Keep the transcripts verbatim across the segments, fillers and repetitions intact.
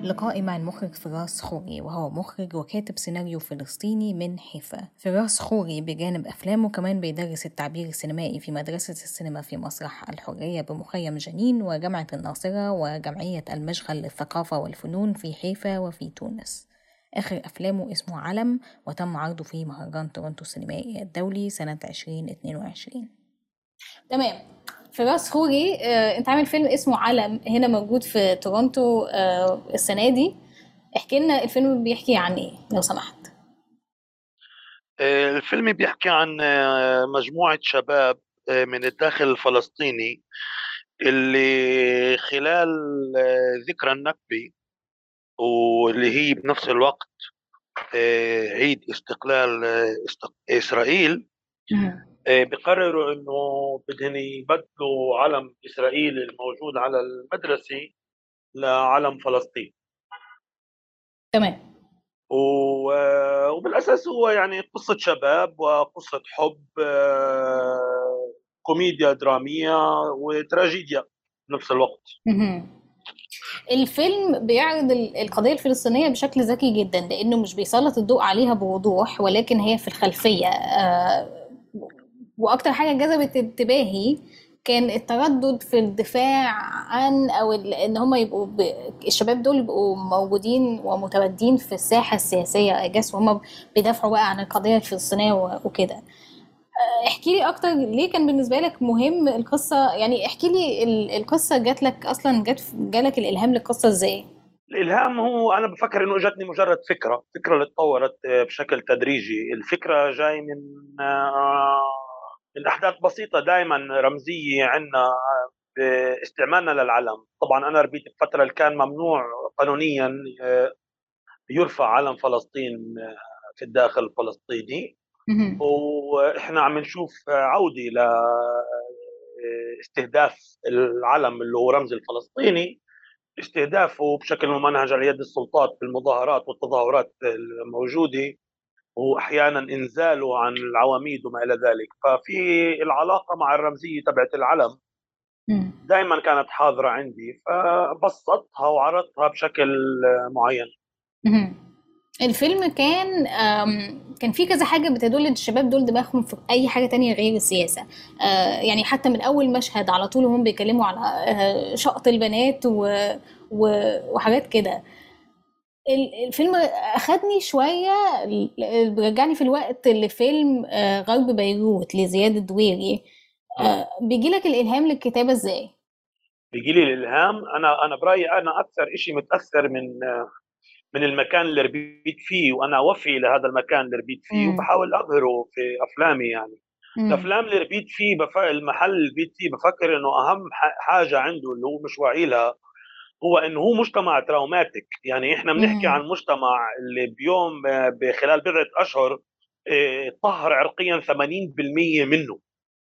لقائي مع المخرج فراس خوري، وهو مخرج وكاتب سيناريو فلسطيني من حيفا. فراس خوري بجانب أفلامه كمان بيدرس التعبير السينمائي في مدرسة السينما في مسرح الحرية بمخيم جنين وجامعة الناصرة وجمعية المشغل للثقافة والفنون في حيفا وفي تونس. آخر أفلامه اسمه علم، وتم عرضه في مهرجان تورنتو السينمائي الدولي سنة عشرين اتنين وعشرين. تمام. فراس خوري، آه، انت عامل فيلم اسمه علم هنا موجود في تورنتو آه، السنة دي. احكي لنا الفيلم بيحكي عن ايه لو سمحت. آه، الفيلم بيحكي عن آه، مجموعة شباب آه، من الداخل الفلسطيني اللي خلال آه، ذكرى النكبة، واللي هي بنفس الوقت آه، عيد استقلال آه، استق- إسرائيل. مم. آه، بقرروا إنه بدهن يبدلوا علم إسرائيل الموجود على المدرسة لعلم فلسطين. تمام. و- آه، وبالأساس هو يعني قصة شباب وقصة حب، آه، كوميديا درامية وتراجيديا بنفس الوقت. مهم. الفيلم بيعرض ال- القضية الفلسطينية بشكل ذكي جدا، لأنه مش بيسلط الضوء عليها بوضوح، ولكن هي في الخلفية. آه، واكتر حاجه جذبت انتباهي كان التردد في الدفاع عن او ال- ان هم يبقوا ب... الشباب دول يبقوا موجودين ومتواجدين في الساحه السياسيه اجاس، وهم بيدافعوا بقى عن القضيه الفلسطينيه و- وكده. احكي لي اكتر، ليه كان بالنسبه لك مهم القصه؟ يعني احكي لي ال- القصه جات لك اصلا، جات جالك الالهام للقصه ازاي؟ الإلهام هو أنا بفكر إنه جاتني مجرد فكرة فكرة اللي تطورت آه، بشكل تدريجي. الفكرة جاي من آه، من أحداث بسيطة دائما رمزية عندنا باستعمالنا للعلم. طبعا أنا ربيت بفترة اللي كان ممنوع قانونيا آه، يرفع علم فلسطين آه، في الداخل الفلسطيني. مهم. واحنا عم نشوف عودة لاستهداف العلم اللي هو رمز الفلسطيني، استهدافه بشكل ممنهج على يد السلطات بالمظاهرات والتظاهرات الموجودة، واحيانا انزاله عن العواميد وما الى ذلك. ففي العلاقة مع الرمزية تبعت العلم مم. دائما كانت حاضرة عندي، فبسطتها وعرضتها بشكل معين. مهم. الفيلم كان آم، كان في كذا حاجة بتدل ان الشباب دول دماغهم في اي حاجة تانية غير السياسة. آه، يعني حتى من اول مشهد على طول هم بيتكلموا على آه، شقط البنات و... و... وحاجات كده. ال- الفيلم اخدني شوية، ال- رجعني في الوقت لفيلم آه، غرب بيروت لزياد الدويري. آه، بيجيلك الالهام للكتابة ازاي؟ بيجي لي الالهام، انا انا برايي انا اكثر شيء متاثر من من المكان اللي ربيت فيه، وانا وفي لهذا المكان اللي ربيت فيه مم. وبحاول اظهره في افلامي. يعني مم. الافلام اللي ربيت فيه بف... المحل اللي ربيت فيه بفكر انه اهم ح- حاجه عنده اللي هو مش واعي لها، هو انه هو مجتمع تراوماتيك. يعني احنا بنحكي مم. عن مجتمع اللي بيوم آه، بخلال بضعه اشهر آه، طهر عرقيا ثمانين بالمئة منه.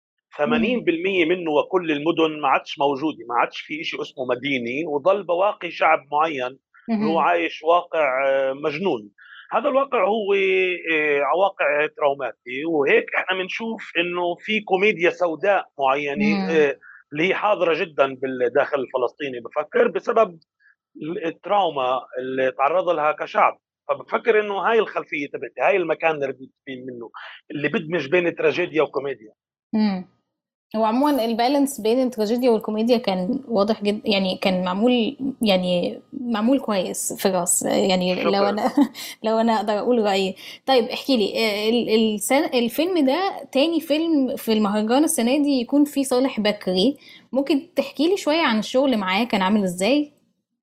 مم. ثمانين بالمئة منه، وكل المدن ما عادش موجوده، ما عادش في شيء اسمه مدينه، وظل بواقي شعب معين اللي هو مم. عايش واقع آه، مجنون. هذا الواقع هو آه، واقع تراوماتي، وهيك احنا بنشوف انه في كوميديا سوداء معينه مم. آه، اللي هي حاضره جدا بالداخل الفلسطيني، بفكر بسبب التراوما اللي تعرض لها كشعب. فبفكر انه هاي الخلفيه تبعتي، هاي المكان اللي ربيت فيه منه، اللي بدمج بين تراجيديا وكوميديا. مم. هو عموما البالانس بين التراجيديا والكوميديا كان واضح جدا، يعني كان معمول، يعني معمول كويس في راس، يعني لو شكرا. انا لو انا اقدر اقول رأيي. طيب احكي لي، ال- السنة الفيلم ده تاني فيلم في المهرجان السنة دي يكون فيه صالح بكري. ممكن تحكي لي شوية عن الشغل معاه كان عامل ازاي؟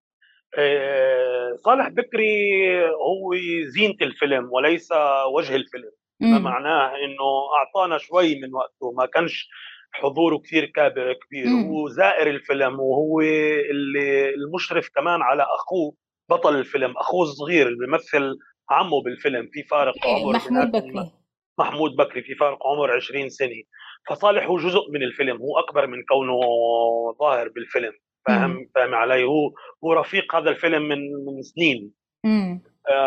آه، صالح بكري هو زينة الفيلم وليس وجه الفيلم، بما امم. معناه انه اعطانا شوي من وقته، ما كانش حضوره كثير كبير كبير. امم. هو زائر الفيلم، وهو اللي المشرف كمان على اخوه بطل الفيلم، اخوه الصغير اللي بيمثل عمه بالفيلم. في فارق اوكي، عمر محمود بيناتهم. بكري. محمود بكري في فارق عمر عشرين سنة. فصالح هو جزء من الفيلم، هو أكبر من كونه ظاهر بالفيلم. امم. فاهم فاهم علي؟ هو هو رفيق هذا الفيلم من من سنين. امم.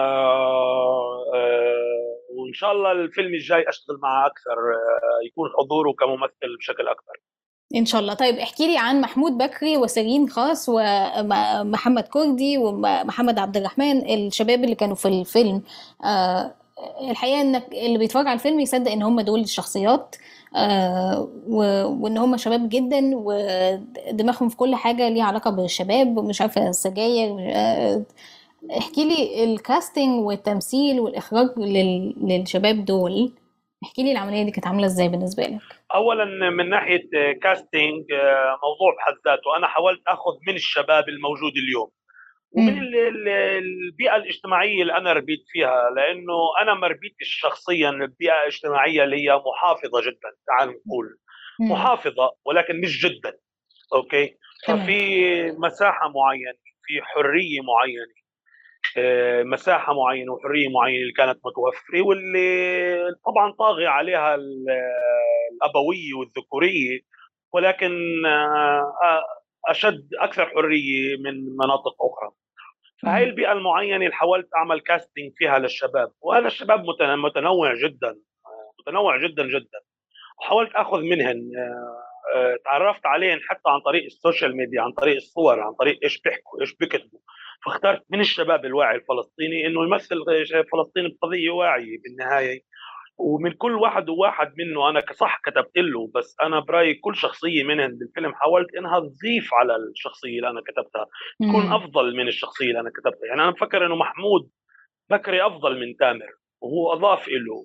آه آه وإن شاء الله الفيلم الجاي أشتغل معه أكثر، آه يكون حضوره كممثل بشكل أكثر. ان شاء الله. طيب احكي لي عن محمود بكري وسيرين خاص ومحمد كردي ومحمد عبد الرحمن، الشباب اللي كانوا في الفيلم. آه الحقيقه انك اللي بيتفرج على الفيلم يصدق ان هم دول الشخصيات، آه وان هم شباب جدا ودماغهم في كل حاجه ليها علاقه بالشباب، مش عارفه السجاير. آه احكي لي الكاستنج والتمثيل والاخراج لل... للشباب دول. احكي لي العمليه دي كانت عامله ازاي بالنسبه لك؟ اولا من ناحيه كاستنج، موضوع بحد ذاته انا حاولت اخذ من الشباب الموجود اليوم ومن امم. ال- ال- البيئه الاجتماعيه اللي انا ربيت فيها، لانه انا ما ربيتش شخصيا بيئه اجتماعيه اللي هي محافظه جدا، تعال نقول امم. محافظه ولكن مش جدا. اوكي. ففي تمام. مساحه معينه، في حريه معينه، آه، مساحه معينه وحريه معينه اللي كانت متوفره، واللي طبعا طاغي عليها ال- الابويه والذكوريه، ولكن آه، آه، اشد اكثر حريه من مناطق اخرى. فهي امم. البيئه المعينه اللي حاولت اعمل كاستنج فيها للشباب، وهذا الشباب متن- متنوع جدا، متنوع جدا جدا. وحاولت اخذ منهن، آه، آه، تعرفت عليهم حتى عن طريق السوشيال ميديا، عن طريق الصور، عن طريق ايش بيحكوا ايش بيكتبوا. فاخترت من الشباب الواعي الفلسطيني انه يمثل فلسطين بقضيه واعيه بالنهايه. ومن كل واحد وواحد منه انا صح كتبت له، بس انا برايي كل شخصيه منهم بالفيلم حاولت انها تضيف على الشخصيه اللي انا كتبتها، تكون امم. افضل من الشخصيه اللي انا كتبتها. يعني انا بفكر انه محمود بكري افضل من تامر، وهو اضاف له.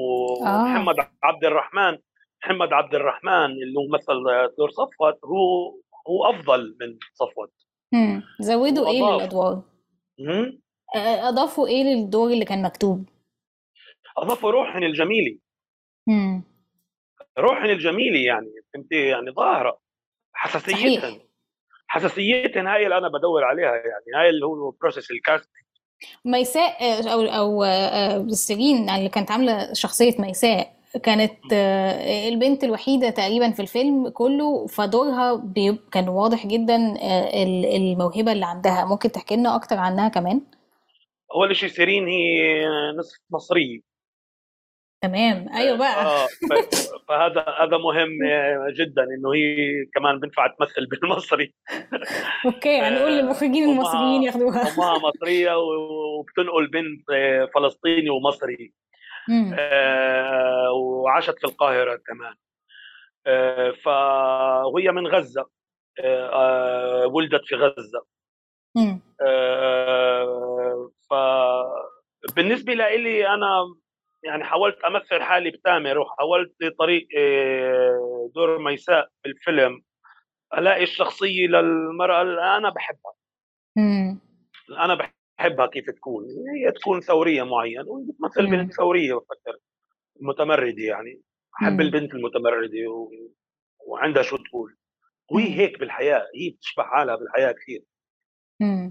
اه. ومحمد عبد الرحمن، محمد عبد الرحمن اللي هو مثل دور صفوت، هو هو افضل من صفوت. امم. زودوا هو ايه اضاف. للادوار؟ مم. آه، اضافوا ايه للدور اللي كان مكتوب؟ اضاف روحن الجميله، امم. روحن الجميله، يعني فهمت، يعني ظاهره صحيح. حساسيتهن. حساسيتهن هاي اللي انا بدور عليها، يعني هاي اللي هو بروسيس الكاست. ميساء، آه، او او آه، سيرين اللي كانت عامله شخصيه ميساء، كانت آه، البنت الوحيده تقريبا في الفيلم كله، فدورها بيب- كان واضح جدا. آه، ال- الموهبه اللي عندها، ممكن تحكي لنا اكتر عنها كمان؟ اول شيء سيرين هي نصف مصريه. تمام، ايوه اه بقى. آه، ف- فهذا هذا مهم آه، جدا انه هي كمان بنفع تمثل بالمصري. اوكي، هنقول آه، للمخرجين المصريين امها ياخدوها. امها مصريه وبتنقل بنت آه، فلسطيني ومصري. امم. آه، وعاشت في القاهره كمان. آه، فهي من غزه، آه، آه، ولدت في غزه. امم. آه، فبالنسبة لي أنا يعني حاولت أمثل حالي بتامر، وحاولت طريق آه، دور ميساء بالفيلم ألاقي الشخصية للمرأة اللي أنا بحبها. امم. أنا بحبها كيف تكون، هي تكون ثورية معين وبتمثل امم. بنت ثورية، بفكر متمردة يعني. أحب امم. البنت المتمردة و... وعندها شو تقول، وهي امم. هيك بالحياة، هي بتشبه حالها بالحياة كثير. امم.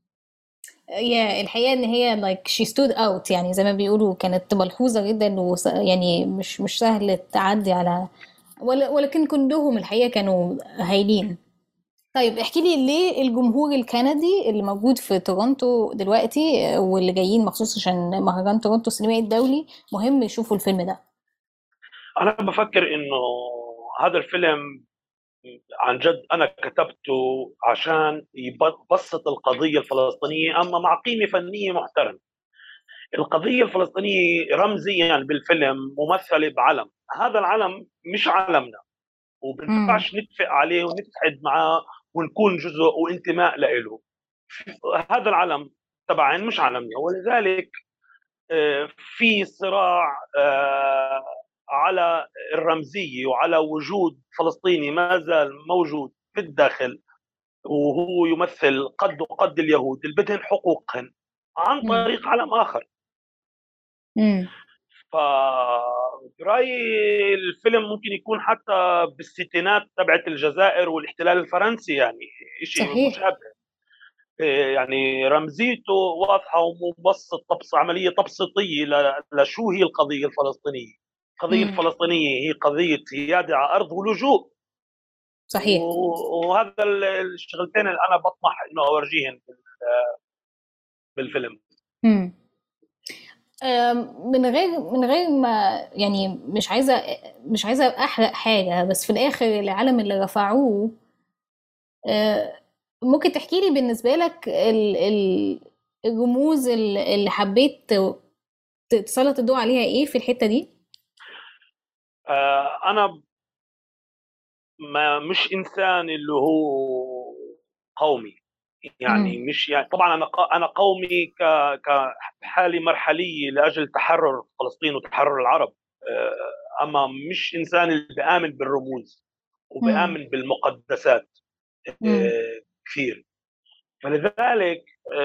هي الحقيقة ان هي like she stood out، يعني زي ما بيقولوا كانت ملحوظة جدا، وس... يعني مش مش سهل تعدي على، ولا ولكن كلهم الحقيقة كانوا هايلين. طيب احكي لي ليه الجمهور الكندي اللي موجود في تورونتو دلوقتي، آه، واللي جايين مخصوص عشان مهرجان تورونتو السينمائي الدولي مهم يشوفوا الفيلم ده؟ أنا بفكر إنه هذا الفيلم عن جد أنا كتبته عشان يبسط القضية الفلسطينية، أما مع قيمة فنية محترمة. القضية الفلسطينية رمزيا بالفيلم ممثلة بعلم، هذا العلم مش عالمنا، امم. وبنفعش نتفق عليه ونتحد معاه ونكون جزء وانتماء له. هذا العلم تبعين مش عالمنا، ولذلك آه، في صراع آه، على الرمزية وعلى وجود فلسطيني ما زال موجود في الداخل، وهو يمثل قد وقد اليهود اللي بدهن حقوقهن عن امم. طريق علم آخر. امم. فبرأيي الفيلم ممكن يكون حتى بالستينات تبعت الجزائر والاحتلال الفرنسي، يعني شيء صحيح. مشابه. إيه يعني رمزيته واضحة ومبسط، طبس عملية تبسيطية ل- لشو هي القضية الفلسطينية. القضية امم. الفلسطينية هي قضية سيادة على أرض ولجوء. صحيح. و- وهذا ال- الشغلتين اللي أنا بطمح إنه أورجيهن بال- بالفيلم. امم. آم، من غير من غير ما يعني مش عايزة مش عايزة أحرق حاجة، بس في الآخر العلم اللي رفعوه، آه، ممكن تحكي لي بالنسبة لك ال- ال- الرموز ال- اللي حبيت ت- تسلط الضوء عليها ايه في الحتة دي؟ آه، انا ما مش انسان اللي هو قومي، يعني امم. مش يعني طبعا انا ق- انا قومي ك كحاله مرحليه لاجل تحرر فلسطين وتحرر العرب. آه، اما مش انسان اللي بآمن بالرموز امم. وبآمن بالمقدسات امم. آه، كثير. فلذلك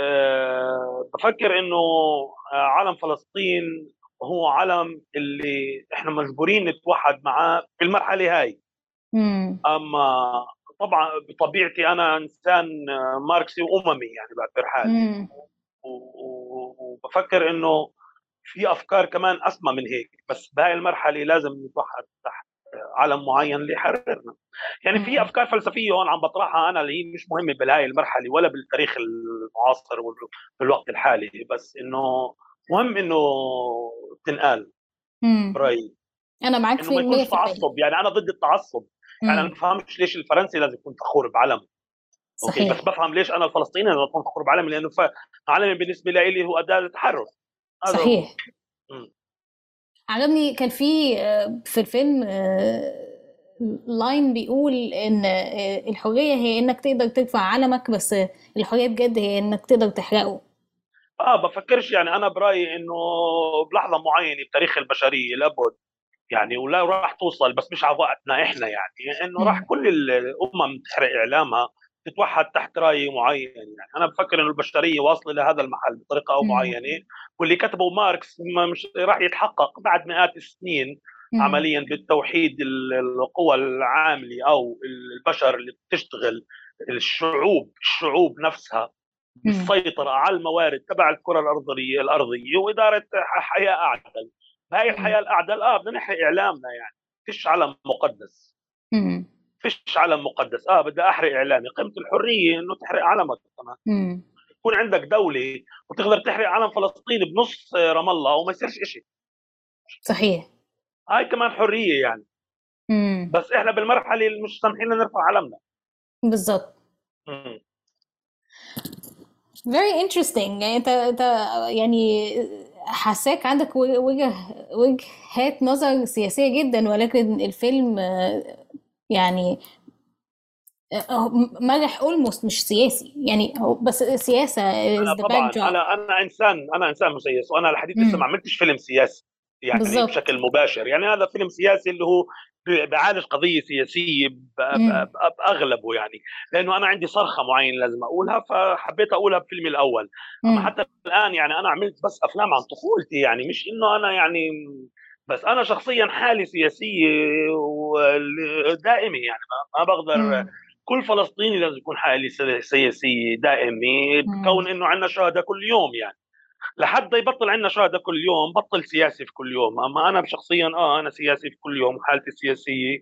آه، بفكر انه آه، علم فلسطين هو علم اللي احنا مجبورين نتوحد معاه في المرحله هاي. امم. اما طبعا بطبيعتي انا انسان آه، ماركسي واممي، يعني بعتبر حالي امم. و- و- وبفكر انه في افكار كمان اسمى من هيك، بس بهاي المرحله لازم نتوحد تحت علم معين ليحررنا. يعني في امم. افكار فلسفيه هون عم بطرحها انا اللي هي مش مهمه بهاي المرحله ولا بالتاريخ المعاصر وال- بالوقت الحالي، بس انه مهم انه تنقال امم. برايي. انا معاك انه ما في يكونش مية في المية. تعصب، يعني انا ضد التعصب. يعني انا امم. ما بفهمش ليش الفرنسي لازم يكون فخور بعلم، اوكي، بس صحيح. بفهم ليش انا الفلسطيني لازم اكون فخور بعلمي، لانه ف- علمي بالنسبه لي هو اداه للتحرر. هذا هو. صحيح. مم. عجبني كان في آه، في الفيلم آه، لاين بيقول ان آه، الحرية هي انك تقدر ترفع علمك، بس الحرية بجد هي انك تقدر تحرقه. اه بفكرش، يعني انا برايي انه بلحظه معينه بتاريخ البشريه لابد، يعني ولا راح توصل، بس مش على وقتنا احنا، يعني انه راح امم. كل الامم تحرق اعلامها تتوحد تحت راي معين. يعني انا بفكر انه البشريه واصله لهذا المحل بطريقه او امم. معينه، واللي كتبه ماركس ما مش راح يتحقق بعد مئات السنين امم. عمليا بالتوحيد ال- القوى العامله او البشر اللي بتشتغل، الشعوب الشعوب نفسها امم. بالسيطره على الموارد تبع الكره الارضيه الارضيه واداره حياه اعدل. هاي الحياه الاعدل اه بدنا نحرق اعلامنا، يعني فيش علم مقدس. امم. فيش علم مقدس، اه بدي احرق اعلامي. قيمه الحريه انه تحرق علمك كمان. امم. يكون عندك دوله وتقدر تحرق علم فلسطين بنص رام الله وما يصيرش شيء. صحيح. هاي كمان حريه يعني. امم. بس احنا بالمرحله اللي مش سامحين لنا نرفع علمنا. بالظبط. مم. very interesting. يعني انت انت يعني حاساك عندك و- وجه وجهات نظر سياسية جدا، ولكن الفيلم آه، يعني آه، مرح almost مش سياسي، يعني هو بس سياسة is انا the طبعا backdrop. انا انا انسان انا انسان مسيس، وانا لحديت لسه ما امم. عملتش فيلم سياسي يعني بالظبط. بشكل مباشر. يعني هذا فيلم سياسي اللي هو ب- بعالج قضيه سياسيه ب- ب- امم. ب- باغلبه، يعني لانه انا عندي صرخه معينه لازم اقولها، فحبيت اقولها بفيلمي الاول. اما امم. حتى الان يعني انا عملت بس افلام عن طفولتي، يعني مش انه انا يعني، بس انا شخصيا حالي سياسيه ودائمه، يعني ما ما بقدر. امم. كل فلسطيني لازم يكون حالي سياسي دائمي، امم. بكون انه عندنا شهداء كل يوم، يعني لحد يبطل عندنا شهداء كل يوم بطل سياسي في كل يوم. اما انا شخصيا اه انا سياسي في كل يوم، حالتي السياسيه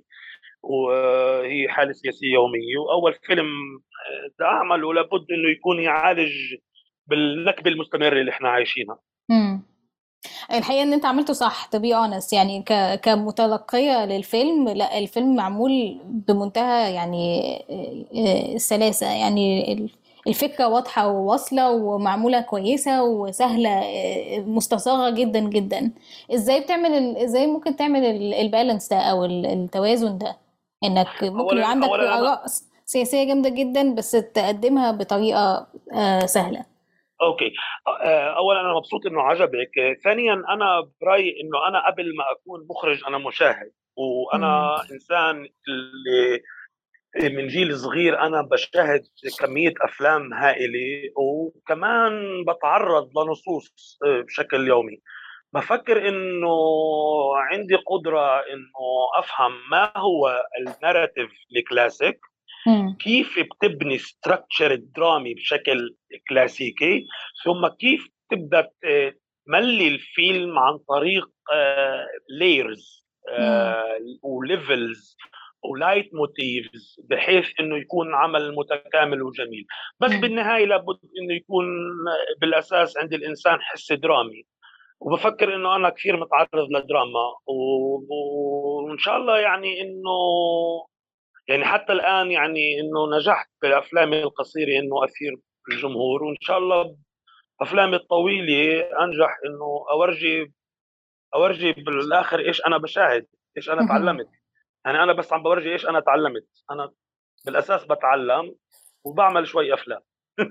وهي حاله سياسيه يوميه. واول فيلم آه، بدي اعمله لابد انه يكون يعالج بالنكبه المستمره اللي احنا عايشينها. امم. الحقيقة ان انت عملته صح to be honest، يعني ك... كمتلقية للفيلم، لا الفيلم معمول بمنتهى يعني آه، آه، السلاسة، يعني ال- الفكرة واضحة وواصلة ومعمولة كويسة وسهلة، آه، مستصاغة جدا جدا. ازاي بتعمل ال... ازاي ممكن تعمل ال- البالانس ده او ال- التوازن ده، انك ممكن يبقى اولا عندك اولا انا آراء سياسية جامدة جدا بس تقدمها بطريقة آه، سهلة. اوكي. آه، اولا انا مبسوط انه عجبك. آه، ثانيا انا برايي انه انا قبل ما اكون مخرج انا مشاهد، مم. وانا انسان اللي من جيل صغير انا بشاهد كميه افلام هائله، وكمان بتعرض لنصوص آه، بشكل يومي. بفكر انه عندي قدره انه افهم ما هو الناراتيف الكلاسيك، مم. كيف بتبني ستراكشر درامي بشكل كلاسيكي، ثم كيف تبدا ت- تملي الفيلم عن طريق لايرز مم. وليفلز ولايت موتيفز، بحيث انه يكون عمل متكامل وجميل. بس مم. بالنهايه لابد انه يكون بالاساس عند الانسان حس درامي. وبفكر إنه أنا كثير متعرض للدراما و- وإن شاء الله يعني إنه يعني حتى الآن يعني إنه نجحت بأفلامي القصيرة إنه أثير الجمهور، وإن شاء الله أفلامي الطويلة أنجح إنه أورجي أورجي بالآخر إيش أنا بشاهد، إيش أنا تعلمت. يعني أنا بس عم بورجي إيش أنا تعلمت. أنا بالأساس بتعلم وبعمل شوي أفلام.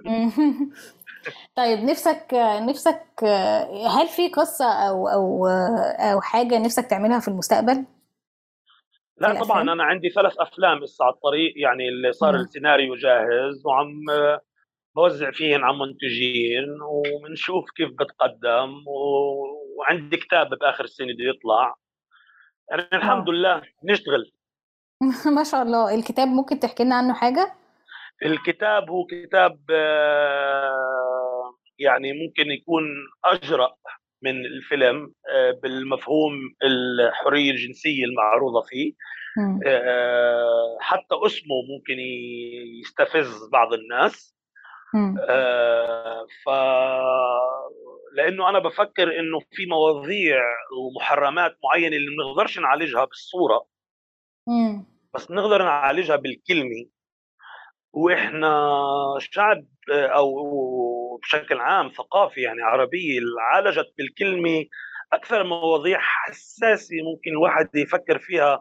طيب نفسك نفسك هل في قصة أو أو أو حاجة نفسك تعملها في المستقبل في لا طبعا الأفلام؟ أنا عندي ثلاث أفلام لسه على الطريق، يعني اللي صار مم. السيناريو جاهز وعم بوزع فيهن على منتجين وبنشوف كيف بتقدم و- وعندي كتاب بآخر السنة بده يطلع. يعني واو. الحمد لله نشتغل. ما شاء الله، الكتاب ممكن تحكي لنا عنه حاجة؟ الكتاب هو كتاب آه، يعني ممكن يكون أجرأ من الفيلم آه، بالمفهوم الحرية الجنسية المعروضة فيه. مم. آه، حتى اسمه ممكن ي- يستفز بعض الناس. مم. آه، ف لانه انا بفكر انه في مواضيع ومحرمات معينه اللي ما بنقدرش نعالجها بالصوره، مم. بس نقدر نعالجها بالكلمه. واحنا شعب آه، او بشكل عام ثقافه يعني عربيه عالجت بالكلمه اكثر مواضيع حساسه ممكن الواحد يفكر فيها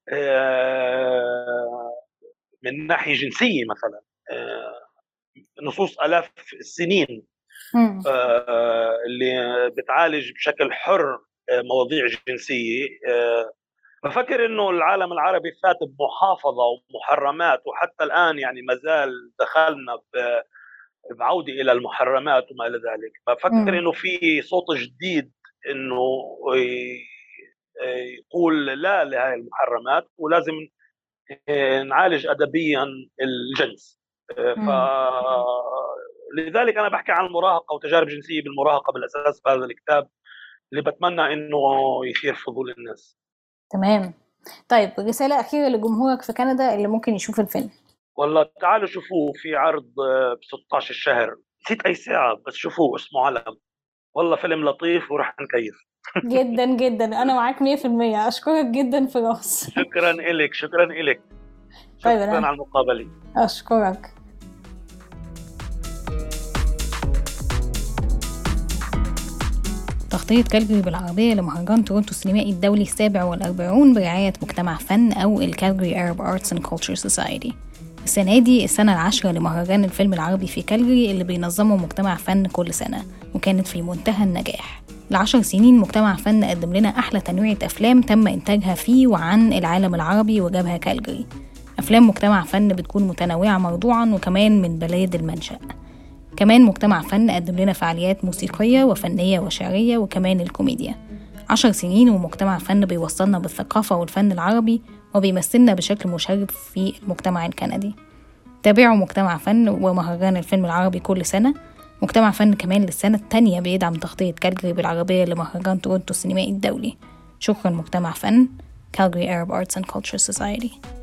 آه، من ناحيه جنسيه مثلا. آه، نصوص الاف السنين مم. آه، اللي بتعالج بشكل حر آه، مواضيع جنسية. آه، بفكر انه العالم العربي فات بمحافظة ومحرمات، وحتى الآن يعني ما زال دخلنا ب- بعودة إلى المحرمات وما إلى ذلك. بفكر مم. انه في صوت جديد انه ي- يقول لا لهذه المحرمات، ولازم آه، نعالج أدبيا الجنس. آه، ف مم. لذلك انا بحكي عن المراهقه وتجارب جنسيه بالمراهقه بالاساس في هذا الكتاب، اللي بتمنى انه يثير فضول الناس. تمام. طيب رسالة أخيرة لجمهورك في كندا اللي ممكن يشوف الفيلم. والله تعالوا شوفوه في عرض ب ستة عشر الشهر، نسيت اي ساعه بس شوفوه، اسمه علم. والله فيلم لطيف وراح نكيف. جدا جدا، أنا معاك مية في المية. أشكرك جدا فراس. شكرا إلك، شكرا إلك، طيب شكرا أنا على المقابله. أشكرك. تغطية كالجري بالعربية لمهرجان تورونتو السينمائي الدولي السابع والأربعون برعاية مجتمع فن أو الكالجري Arab Arts and Culture Society. السنة دي السنة العاشرة لمهرجان الفيلم العربي في كالجري اللي بينظمه مجتمع فن كل سنة، وكانت في منتهى النجاح. لعشر سنين مجتمع فن قدم لنا أحلى تنويعة أفلام تم إنتاجها فيه وعن العالم العربي وجابها كالجري. أفلام مجتمع فن بتكون متنوعة موضوعا وكمان من بلاد المنشأ. كمان مجتمع فن قدم لنا فعاليات موسيقية وفنية وشعرية وكمان الكوميديا. عشر سنين ومجتمع فن بيوصلنا بالثقافة والفن العربي وبيمثلنا بشكل مشرف في المجتمع الكندي. تابعوا مجتمع فن ومهرجان الفيلم العربي كل سنة. مجتمع فن كمان للسنة التانية بيدعم تغطية كالجري بالعربية لمهرجان تورونتو السينمائي الدولي. شكرا مجتمع فن، Calgary Arab Arts and Culture Society.